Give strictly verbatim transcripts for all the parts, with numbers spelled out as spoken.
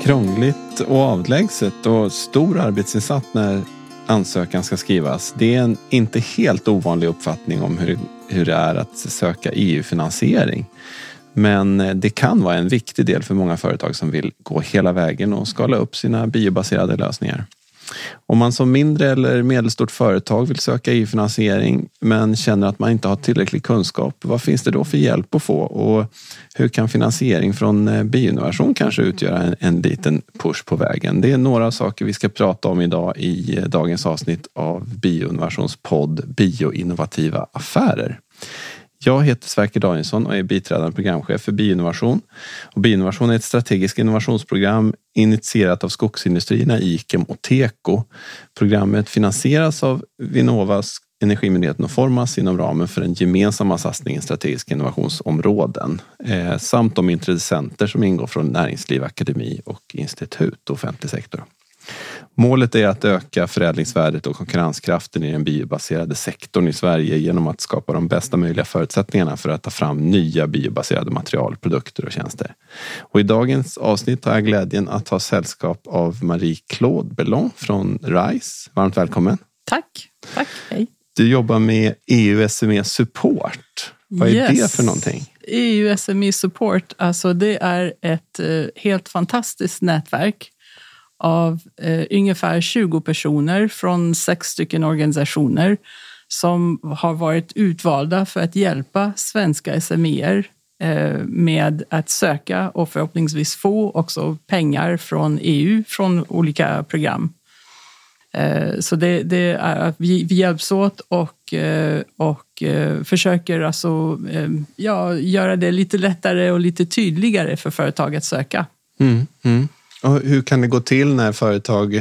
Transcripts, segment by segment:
Krångligt och avlägset och stor arbetsinsats när ansökan ska skrivas. Det är en inte helt ovanlig uppfattning om hur, hur det är att söka E U-finansiering. Men det kan vara en viktig del för många företag som vill gå hela vägen och skala upp sina biobaserade lösningar. Om man som mindre eller medelstort företag vill söka E U-finansiering men känner att man inte har tillräcklig kunskap, vad finns det då för hjälp att få? Och hur kan finansiering från Bioinnovation kanske utgöra en, en liten push på vägen? Det är några saker vi ska prata om idag i dagens avsnitt av Bioinnovations podd Bioinnovativa affärer. Jag heter Sverker Danielsson och är biträdande programchef för Bioinnovation. Och Bioinnovation är ett strategiskt innovationsprogram initierat av skogsindustrierna, Ikem och Teko. Programmet finansieras av Vinnovas, Energimyndigheten och Formas inom ramen för den gemensamma satsningen strategiska innovationsområden eh, samt de intressenter som ingår från näringsliv, akademi och institut och offentlig sektor. Målet är att öka förädlingsvärdet och konkurrenskraften i den biobaserade sektorn i Sverige genom att skapa de bästa möjliga förutsättningarna för att ta fram nya biobaserade material, produkter och tjänster. Och i dagens avsnitt har jag glädjen att ha sällskap av Marie-Claude Bellon från RISE. Varmt välkommen. Tack, tack, hej. Du jobbar med E U S M E Support. Vad är yes. det för någonting? E U S M E Support, alltså det är ett eh, helt fantastiskt nätverk av eh, ungefär tjugo personer från sex stycken organisationer som har varit utvalda för att hjälpa svenska S M E-er eh, med att söka och förhoppningsvis få också pengar från E U från olika program. Eh, så det, det är att vi, vi hjälps åt och, eh, och eh, försöker alltså, eh, ja, göra det lite lättare och lite tydligare för företag att söka. Mm, mm. Och hur kan det gå till när företag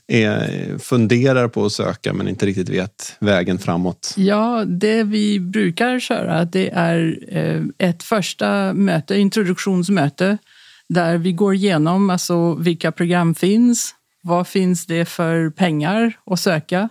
är, funderar på att söka men inte riktigt vet vägen framåt? Ja, det vi brukar köra det är ett första möte, introduktionsmöte, där vi går igenom alltså vilka program finns, vad finns det för pengar att söka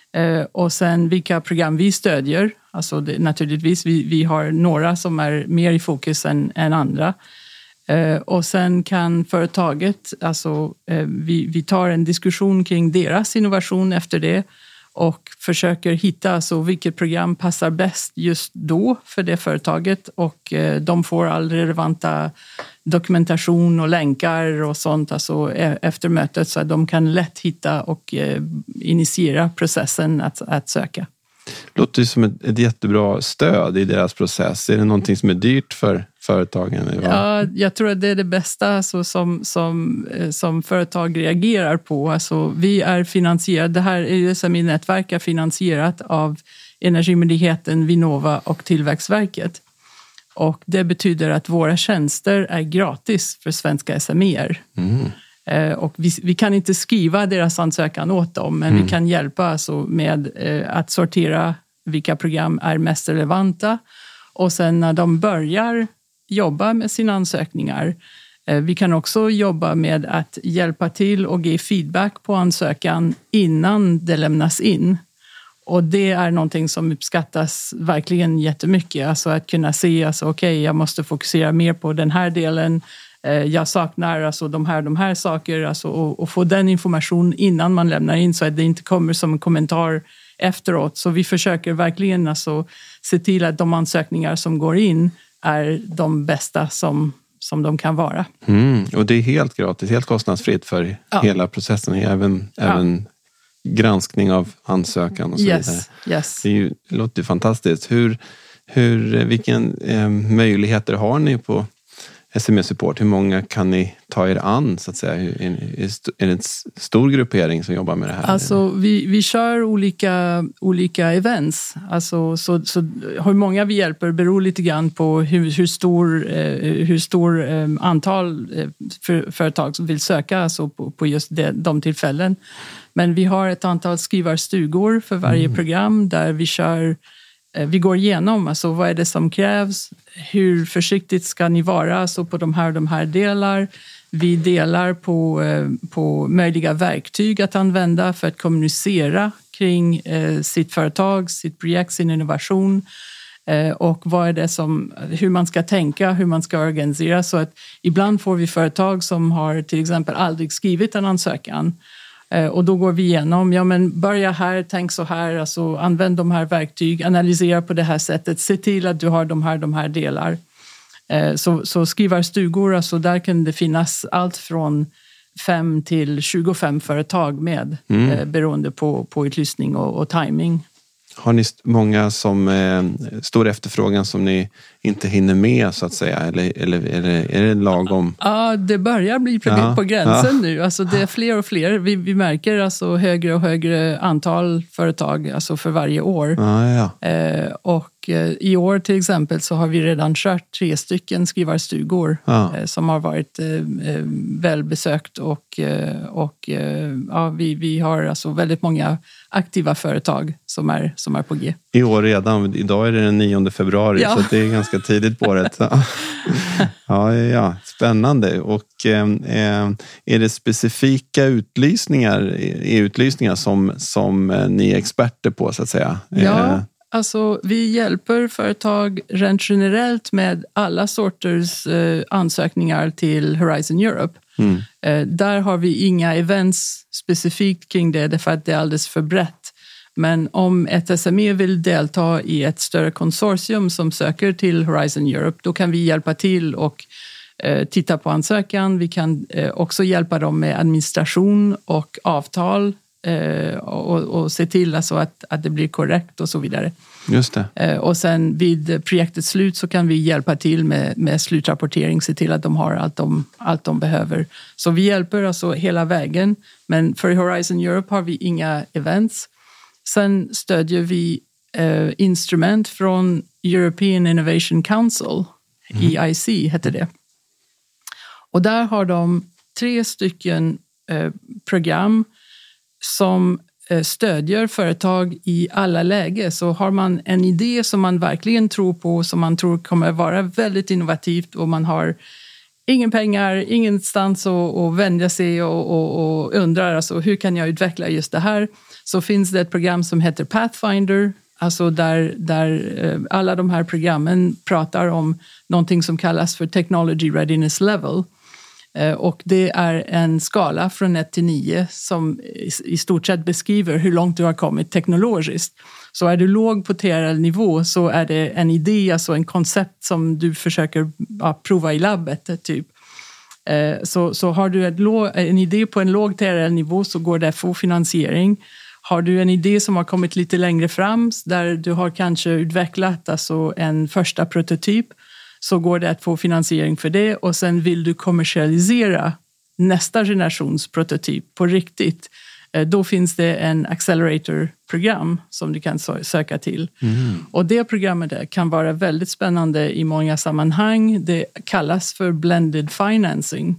och sen vilka program vi stödjer. Alltså det, naturligtvis, vi, vi har några som är mer i fokus än, än andra. Uh, och sen kan företaget, alltså uh, vi, vi tar en diskussion kring deras innovation efter det och försöker hitta alltså, vilket program passar bäst just då för det företaget och uh, de får all relevanta dokumentation och länkar och sånt alltså, e- efter mötet så att de kan lätt hitta och uh, initiera processen att, att söka. Låter som ett, ett jättebra stöd i deras process. Är det någonting som är dyrt för företagen? Ja, jag tror att det är det bästa alltså, som, som, som företag reagerar på. Alltså, vi är finansierade, det här E U S M E-nätverk är finansierat av Energimyndigheten, Vinnova och Tillväxtverket. Och det betyder att våra tjänster är gratis för svenska S M E-er. Mm. Och vi, vi kan inte skriva deras ansökan åt dem, men mm. vi kan hjälpa alltså med eh, att sortera vilka program är mest relevanta. Och sen när de börjar jobba med sina ansökningar, eh, vi kan också jobba med att hjälpa till och ge feedback på ansökan innan det lämnas in. Och det är någonting som uppskattas verkligen jättemycket. Alltså att kunna se, alltså, okej, okay, jag måste fokusera mer på den här delen. Jag saknar alltså de här, de här saker alltså, och, och få den information innan man lämnar in så att det inte kommer som en kommentar efteråt. Så vi försöker verkligen alltså, se till att de ansökningar som går in är de bästa som, som de kan vara. Mm, och det är helt gratis, helt kostnadsfritt för ja. hela processen, även, ja. även granskning av ansökan och så yes, vidare. Yes. Det, är ju, det låter fantastiskt. Hur, hur, vilken eh, möjligheter har ni på S M E Support? Hur många kan ni ta er an så att säga? Är det en stor gruppering som jobbar med det här? Alltså vi, vi kör olika, olika events. Alltså, så, så hur många vi hjälper beror lite grann på hur, hur stor, eh, hur stor eh, antal eh, för, företag som vill söka alltså på, på just det, de tillfällen. Men vi har ett antal skrivarstugor för varje mm. program där vi kör. Vi går igenom alltså, vad är det som krävs, hur försiktigt ska ni vara alltså, på de här, de här delar. Vi delar på, på möjliga verktyg att använda för att kommunicera kring eh, sitt företag, sitt projekt, sin innovation. Eh, och vad är det som, hur man ska tänka, hur man ska organisera. Så att ibland får vi företag som har till exempel aldrig skrivit en ansökan. Eh, och då går vi igenom, ja men börja här, tänk så här, alltså använd de här verktyg, analysera på det här sättet, se till att du har de här, de här delar. Eh, så, så skrivarstugor, alltså där kan det finnas allt från fem till tjugofem företag med, mm. eh, beroende på, på utlysning och, och timing. Har ni många som eh, stor efterfrågan som ni inte hinner med så att säga? Eller, eller, eller är det lagom? Ja, det börjar bli ja, på gränsen ja. nu. Alltså det är fler och fler. Vi, vi märker alltså högre och högre antal företag alltså för varje år. Ja, ja. Eh, och eh, i år till exempel så har vi redan kört tre stycken skrivarstugor ja. eh, som har varit eh, välbesökt och, eh, och eh, ja, vi, vi har alltså väldigt många aktiva företag som är, som är på G. I år redan, idag är det den nionde februari ja. Så det är ganska tidigt på året. Ja, ja, spännande. Och eh, är det specifika utlysningar, e-utlysningar som, som ni är experter på så att säga? Ja, alltså vi hjälper företag rent generellt med alla sorters eh, ansökningar till Horizon Europe. Mm. Eh, där har vi inga events specifikt kring det därför att det är alldeles för brett. Men om ett S M E vill delta i ett större konsortium som söker till Horizon Europe, då kan vi hjälpa till och eh, titta på ansökan. Vi kan eh, också hjälpa dem med administration och avtal eh, och, och se till alltså att, att det blir korrekt och så vidare. Just det. Eh, och sen vid projektets slut så kan vi hjälpa till med, med slutrapportering, se till att de har allt de, allt de behöver. Så vi hjälper alltså hela vägen, men för Horizon Europe har vi inga events. Sen stödjer vi eh, instrument från European Innovation Council, mm. E I C heter det. Och där har de tre stycken eh, program som eh, stödjer företag i alla lägen. Så har man en idé som man verkligen tror på, som man tror kommer vara väldigt innovativt och man har ingen pengar, ingenstans att, att vända sig och, och, och undrar alltså, hur kan jag utveckla just det här? Så finns det ett program som heter Pathfinder, alltså där, där alla de här programmen pratar om någonting som kallas för Technology Readiness Level. Och det är en skala från ett till nio som i stort sett beskriver hur långt du har kommit teknologiskt. Så är du låg på T R L-nivå så är det en idé, alltså en koncept som du försöker ja, prova i labbet typ. Så, så har du ett låg, en idé på en låg T R L-nivå så går det att få finansiering. Har du en idé som har kommit lite längre fram där du har kanske utvecklat alltså en första prototyp så går det att få finansiering för det och sen vill du kommersialisera nästa generations prototyp på riktigt. Då finns det en accelerator-program som du kan söka till. Mm. Och det programmet där kan vara väldigt spännande i många sammanhang. Det kallas för blended financing.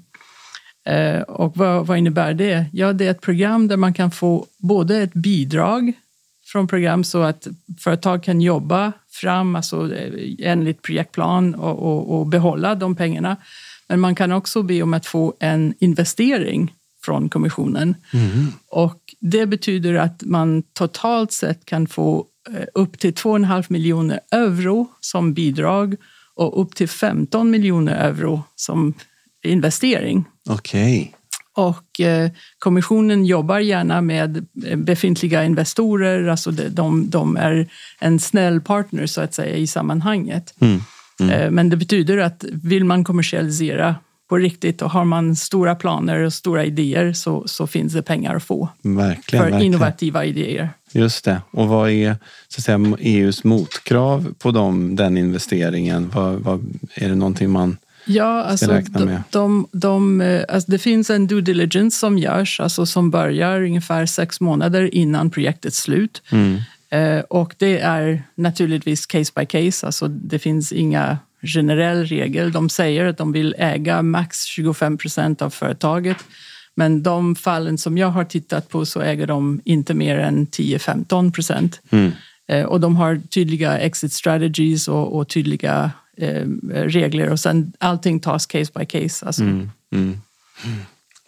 Eh, och vad, vad innebär det? Ja, det är ett program där man kan få både ett bidrag från program så att företag kan jobba fram alltså, enligt projektplan och, och, och behålla de pengarna. Men man kan också be om att få en investering från kommissionen. Mm. Och det betyder att man totalt sett kan få upp till två komma fem miljoner euro som bidrag och upp till femton miljoner euro som investering. Okej. Okay. Och eh, kommissionen jobbar gärna med befintliga investorer, alltså de, de, de är en snäll partner så att säga i sammanhanget. Mm. Mm. Eh, men det betyder att vill man kommersialisera på riktigt och har man stora planer och stora idéer så, så finns det pengar att få. Verkligen, för verkligen. Innovativa idéer. Just det. Och vad är så att säga, E U:s motkrav på dem, den investeringen? Vad, vad, är det någonting man ja, alltså, ska räkna med? De, de, de, alltså, det finns en due diligence som görs, alltså som börjar ungefär sex månader innan projektets slut. Mm. Eh, och det är naturligtvis case by case, alltså det finns inga generell regel. De säger att de vill äga max tjugofem procent av företaget. Men de fallen som jag har tittat på så äger de inte mer än tio till femton procent. Mm. Eh, och de har tydliga exit strategies och, och tydliga eh, regler. Och sen allting tas case by case. Alltså. Mm. Mm.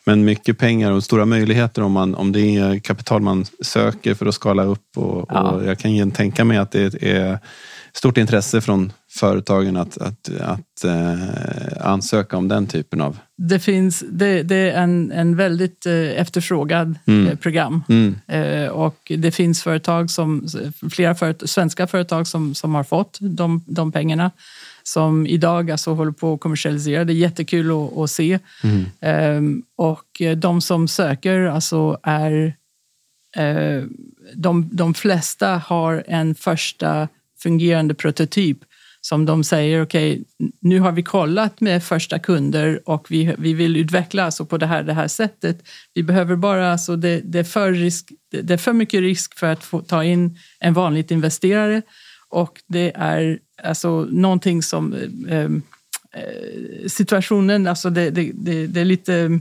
Men mycket pengar och stora möjligheter om, man, om det är kapital man söker för att skala upp. Och, ja. och jag kan igen tänka mig att det är stort intresse från företagen att, att, att eh, ansöka om den typen av... Det finns, det, det är en, en väldigt eh, efterfrågad mm. eh, program. Mm. Eh, och det finns företag som, flera företag, svenska företag som, som har fått de, de pengarna. Som idag alltså håller på att kommersialisera. Det är jättekul att, att se. Mm. Eh, och de som söker alltså är... Eh, de, de flesta har en första fungerande prototyp som de säger, okej, okay, nu har vi kollat med första kunder och vi, vi vill utveckla alltså på det här, det här sättet. Vi behöver bara, alltså det, det, är för risk, det är för mycket risk för att få ta in en vanligt investerare och det är alltså någonting som eh, situationen, alltså det, det, det, det är lite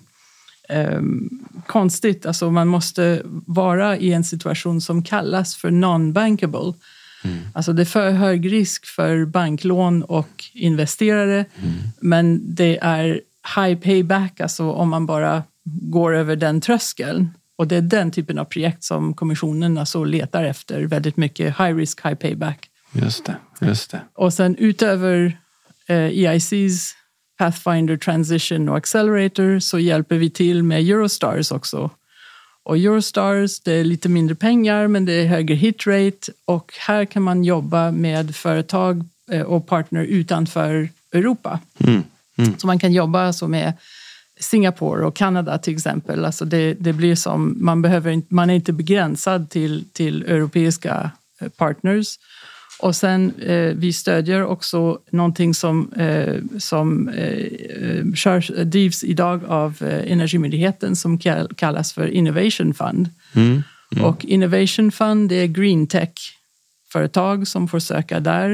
eh, konstigt. Alltså man måste vara i en situation som kallas för non-bankable. Mm. Alltså det är för hög risk för banklån och investerare mm. men det är high payback alltså om man bara går över den tröskeln och det är den typen av projekt som kommissionen alltså letar efter väldigt mycket high risk, high payback. Just det, just det. Och sen utöver eh, E I C's Pathfinder Transition och Accelerator så hjälper vi till med Eurostars också. Och Eurostars, det är lite mindre pengar men det är högre hitrate och här kan man jobba med företag och partner utanför Europa. Mm. Mm. Så man kan jobba alltså med Singapore och Kanada till exempel. Alltså det, det blir som, man, behöver, man är inte begränsad till, till europeiska partners. Och sen eh, vi stödjer också någonting som, eh, som eh, körs, drivs idag av eh, Energimyndigheten som kallas för Innovation Fund. Mm. Mm. Och Innovation Fund det är green tech-företag som får söka där.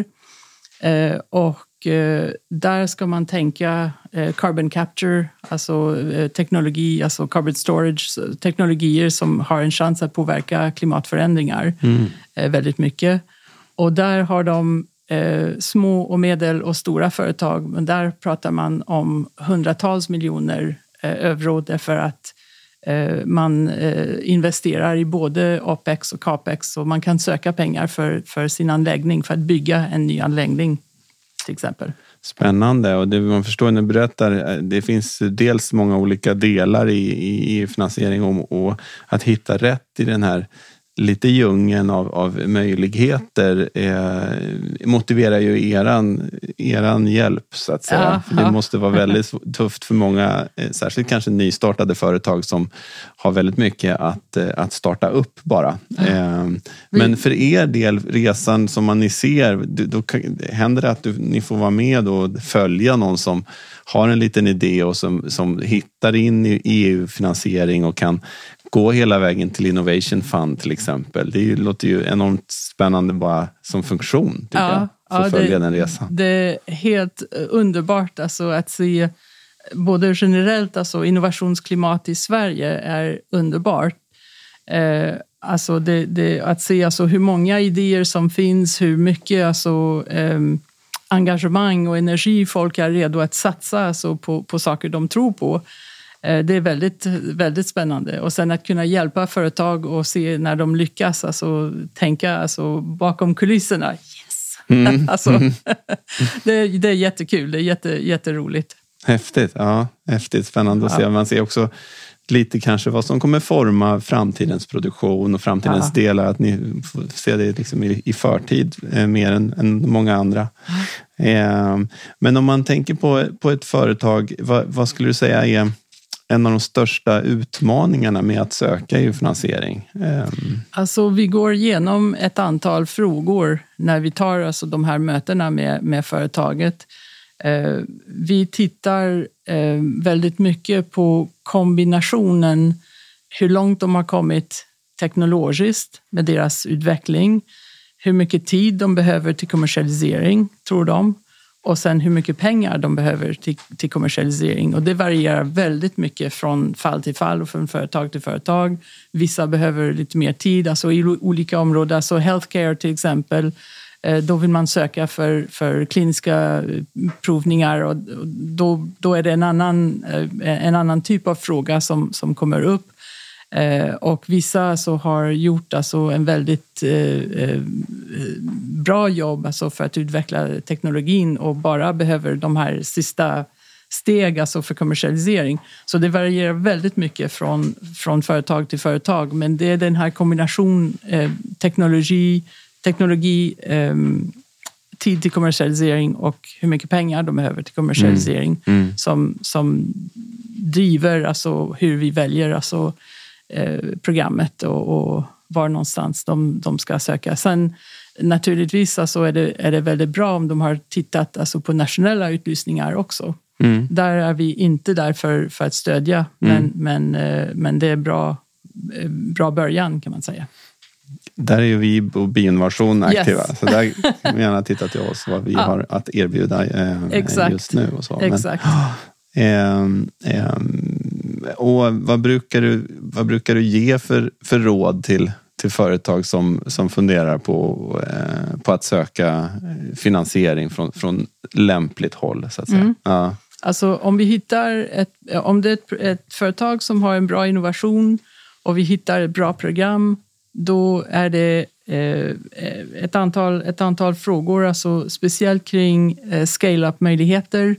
Eh, och eh, där ska man tänka eh, carbon capture, alltså eh, teknologi, alltså carbon storage, teknologier som har en chans att påverka klimatförändringar mm. eh, väldigt mycket. Och där har de eh, små och medel och stora företag. Men där pratar man om hundratals miljoner eh, euro därför att eh, man eh, investerar i både OPEX och CAPEX. Och man kan söka pengar för, för sin anläggning för att bygga en ny anläggning till exempel. Spännande och det man förstår när du berättar, det finns dels många olika delar i, i, i finansiering och, och att hitta rätt i den här lite djungeln av, av möjligheter eh, motiverar ju eran, eran hjälp så att säga. Ja, för det ja. måste vara väldigt tufft för många, eh, särskilt kanske nystartade företag som har väldigt mycket att, eh, att starta upp bara. Eh, men för er del, resan som man ni ser, då, då händer det att du, ni får vara med och följa någon som har en liten idé och som, som hittar in i E U-finansiering och kan gå hela vägen till Innovation Fund till exempel. Det låter ju enormt spännande bara som funktion, tycker ja, jag. Få ja, följa det, den resan. Det är helt underbart alltså, att se både generellt, alltså innovationsklimat i Sverige är underbart. Eh, alltså det, det, att se alltså, hur många idéer som finns, hur mycket alltså, eh, engagemang och energi folk är redo att satsa alltså, på, på saker de tror på. Det är väldigt, väldigt spännande. Och sen att kunna hjälpa företag och se när de lyckas, alltså tänka alltså, bakom kulisserna. Yes! Mm. alltså, mm. det, det är jättekul, det är jätte, jätteroligt. Häftigt, ja. Häftigt, spännande att ja. se. Man ser också lite kanske vad som kommer forma framtidens produktion och framtidens ja. delar. Att ni får se det liksom i, i förtid eh, mer än, än många andra. Ja. Eh, men om man tänker på, på ett företag, vad, vad skulle du säga är en av de största utmaningarna med att söka E U-finansiering? Um. Alltså vi går igenom ett antal frågor när vi tar alltså, de här mötena med, med företaget. Uh, vi tittar uh, väldigt mycket på kombinationen, hur långt de har kommit teknologiskt med deras utveckling, hur mycket tid de behöver till kommersialisering, tror de. Och sen hur mycket pengar de behöver till, till kommersialisering. Och det varierar väldigt mycket från fall till fall och från företag till företag. Vissa behöver lite mer tid, alltså i olika områden. Alltså healthcare till exempel Då vill man söka för, för kliniska provningar och då, då är det en annan, en annan typ av fråga som, som kommer upp. Och vissa så har gjort alltså en väldigt eh, bra jobb alltså för att utveckla teknologin och bara behöver de här sista steg alltså för kommersialisering. Så det varierar väldigt mycket från, från företag till företag, men det är den här kombination eh, teknologi teknologi, eh, tid till kommersialisering och hur mycket pengar de behöver till kommersialisering mm. Mm. Som, som driver alltså hur vi väljer alltså, eh, programmet och, och var någonstans de, de ska söka. Sen naturligtvis alltså, är, det, är det väldigt bra om de har tittat alltså, på nationella utlysningar också. Mm. Där är vi inte där för, för att stödja, mm. men, men, eh, men det är bra, eh, bra början kan man säga. Där är ju vi på Bioinnovation aktiva. Yes. Så där kan vi gärna titta till oss vad vi ja. har att erbjuda eh, just nu. Och så. Exakt. Men, eh, eh, och vad brukar du, vad brukar du ge för, för råd till, till företag som, som funderar på, eh, på att söka finansiering från, från lämpligt håll? Så att säga. Mm. Ja. Alltså om vi hittar ett, om det är ett, ett företag som har en bra innovation och vi hittar ett bra program, då är det eh, ett, antal, ett antal frågor, alltså speciellt kring eh, scale-up-möjligheter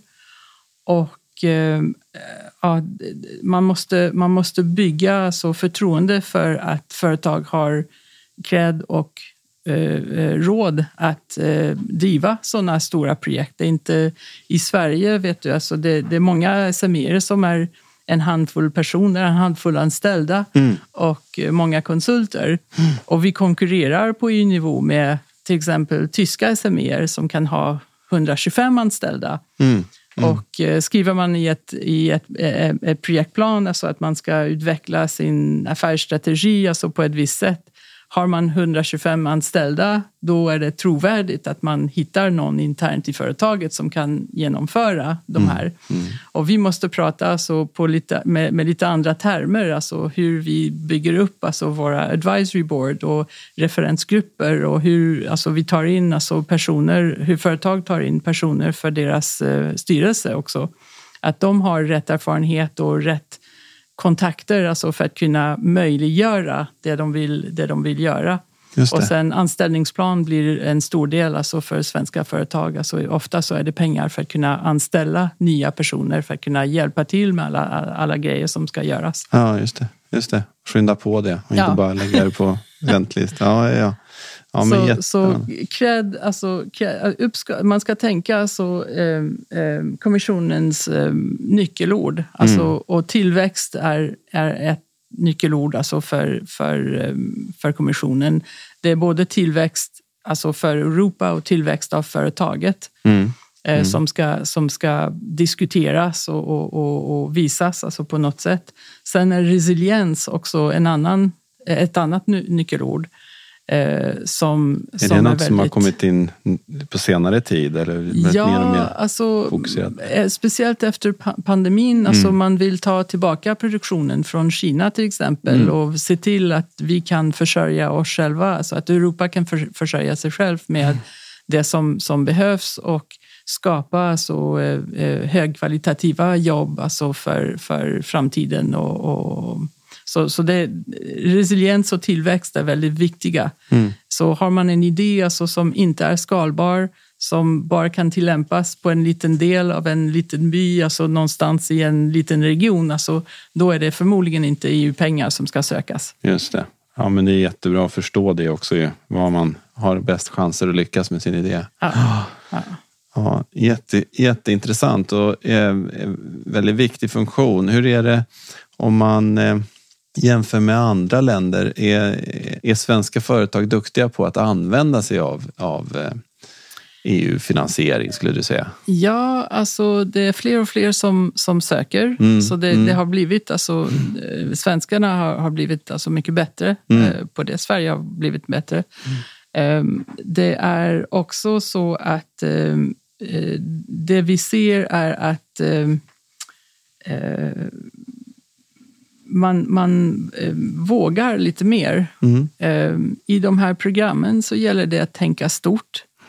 och eh, ja, man, måste, man måste bygga alltså, förtroende för att företag har cred och eh, råd att eh, driva sådana stora projekt. Det är inte i Sverige, vet du, alltså det, det är många S M E som är en handfull personer, en handfull anställda mm. och många konsulter. Mm. Och vi konkurrerar på E U-nivå med till exempel tyska S M E som kan ha hundratjugofem anställda. Mm. Mm. Och eh, skriver man i ett, i ett, ett, ett projektplan, alltså att man ska utveckla sin affärsstrategi alltså på ett visst sätt. Har man hundratjugofem anställda, då är det trovärdigt att man hittar någon internt i företaget som kan genomföra de här. Mm. Mm. Och vi måste prata alltså på lite, med, med lite andra termer, alltså hur vi bygger upp alltså våra advisory board och referensgrupper och hur alltså vi tar in alltså personer, hur företag tar in personer för deras eh, styrelse också. Att de har rätt erfarenhet och rätt kontakter alltså för att kunna möjliggöra det de vill, det de vill göra. Och sen anställningsplan blir en stor del alltså för svenska företag. Alltså ofta så är det pengar för att kunna anställa nya personer för att kunna hjälpa till med alla, alla grejer som ska göras. Ja, just det. Just det. Skynda på det och ja. inte bara lägga det på väntlist. Ja, ja. Ja, men så, så cred, alltså, uppska, man ska tänka alltså, eh, eh, kommissionens eh, nyckelord alltså, mm. och tillväxt är, är ett nyckelord alltså, för, för, eh, för kommissionen. Det är både tillväxt alltså, för Europa och tillväxt av företaget mm. Eh, mm. Som, ska, som ska diskuteras och, och, och, och visas alltså, på något sätt. Sen är resiliens också en annan, ett annat ny, nyckelord. Eh, som, är som det något är väldigt... som har kommit in på senare tid? Eller ja, mer och mer alltså, fokuserat? Speciellt efter pandemin. Mm. Alltså man vill ta tillbaka produktionen från Kina till exempel mm. och se till att vi kan försörja oss själva. Alltså att Europa kan för, försörja sig själv med mm. det som, som behövs och skapa alltså, eh, högkvalitativa jobb alltså för, för framtiden och, och Så, så det, resiliens och tillväxt är väldigt viktiga. Mm. Så har man en idé alltså, som inte är skalbar, som bara kan tillämpas på en liten del av en liten by, alltså någonstans i en liten region, alltså, då är det förmodligen inte E U-pengar som ska sökas. Just det. Ja, men det är jättebra att förstå det också, ju, vad man har bäst chanser att lyckas med sin idé. Ja. Ja. Ja, jätte, jätteintressant och eh, väldigt viktig funktion. Hur är det om man... Eh, jämför med andra länder, är, är svenska företag duktiga på att använda sig av, av E U-finansiering skulle du säga? Ja, alltså det är fler och fler som, som söker. Mm, så det, mm. det har blivit, alltså svenskarna har, har blivit alltså mycket bättre mm. eh, på det. Sverige har blivit bättre. Mm. Um, det är också så att um, det vi ser är att um, uh, Man, man eh, vågar lite mer. Mm. Eh, I de här programmen så gäller det att tänka stort.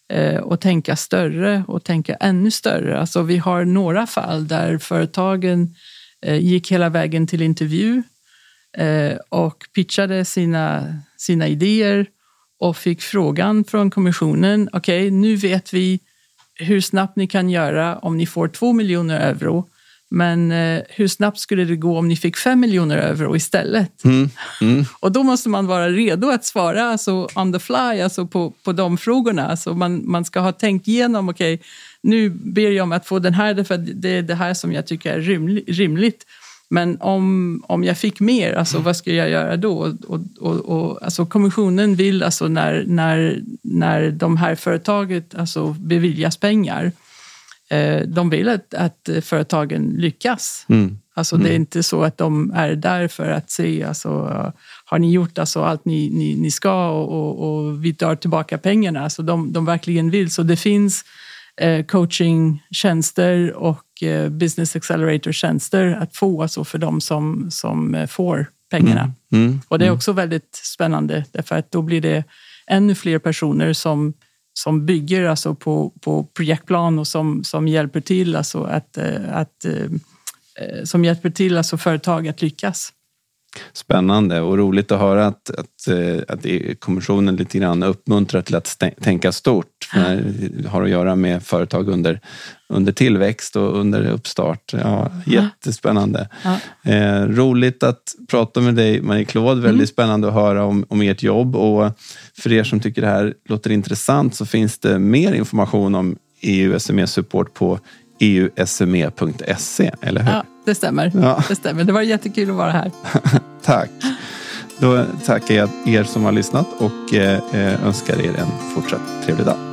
eh, och tänka större och tänka ännu större. Alltså vi har några fall där företagen eh, gick hela vägen till intervju eh, och pitchade sina, sina idéer och fick frågan från kommissionen, okej, okay, nu vet vi hur snabbt ni kan göra om ni får två miljoner euro. Men eh, hur snabbt skulle det gå om ni fick fem miljoner euro istället? Mm, mm. Och då måste man vara redo att svara alltså, on the fly alltså, på, på de frågorna. Alltså, man, man ska ha tänkt igenom, okej, okay, nu ber jag om att få den här för det är det här som jag tycker är rimli, rimligt. Men om, om jag fick mer, alltså, vad ska jag göra då? Och, och, och, alltså, kommissionen vill alltså, när, när, när de här företaget alltså, beviljas pengar, de vill att, att företagen lyckas. Mm. Alltså mm. det är inte så att de är där för att se, alltså, har ni gjort alltså allt ni, ni, ni ska och, och, och vi tar tillbaka pengarna. Alltså de, de verkligen vill. Så det finns eh, coachingtjänster och eh, business accelerator-tjänster att få alltså, för de som, som får pengarna. Mm. Mm. Och det är också väldigt spännande därför att då blir det ännu fler personer som som bygger alltså på, på projektplan och som, som hjälper till alltså att, att, som hjälper till alltså företag att lyckas. Spännande och roligt att höra att, att, att kommissionen lite grann uppmuntrar till att tänka stort. När det har att göra med företag under, under tillväxt och under uppstart. Ja, jättespännande. Ja. Eh, roligt att prata med dig, Marie-Claude. Väldigt mm. spännande att höra om, om ert jobb. Och för er som tycker det här låter intressant så finns det mer information om E U S M E-support på e u s m e punkt se, eller hur? Ja, det stämmer. Ja. Det stämmer. Det var jättekul att vara här. Tack. Då tackar jag er som har lyssnat och önskar er en fortsatt trevlig dag.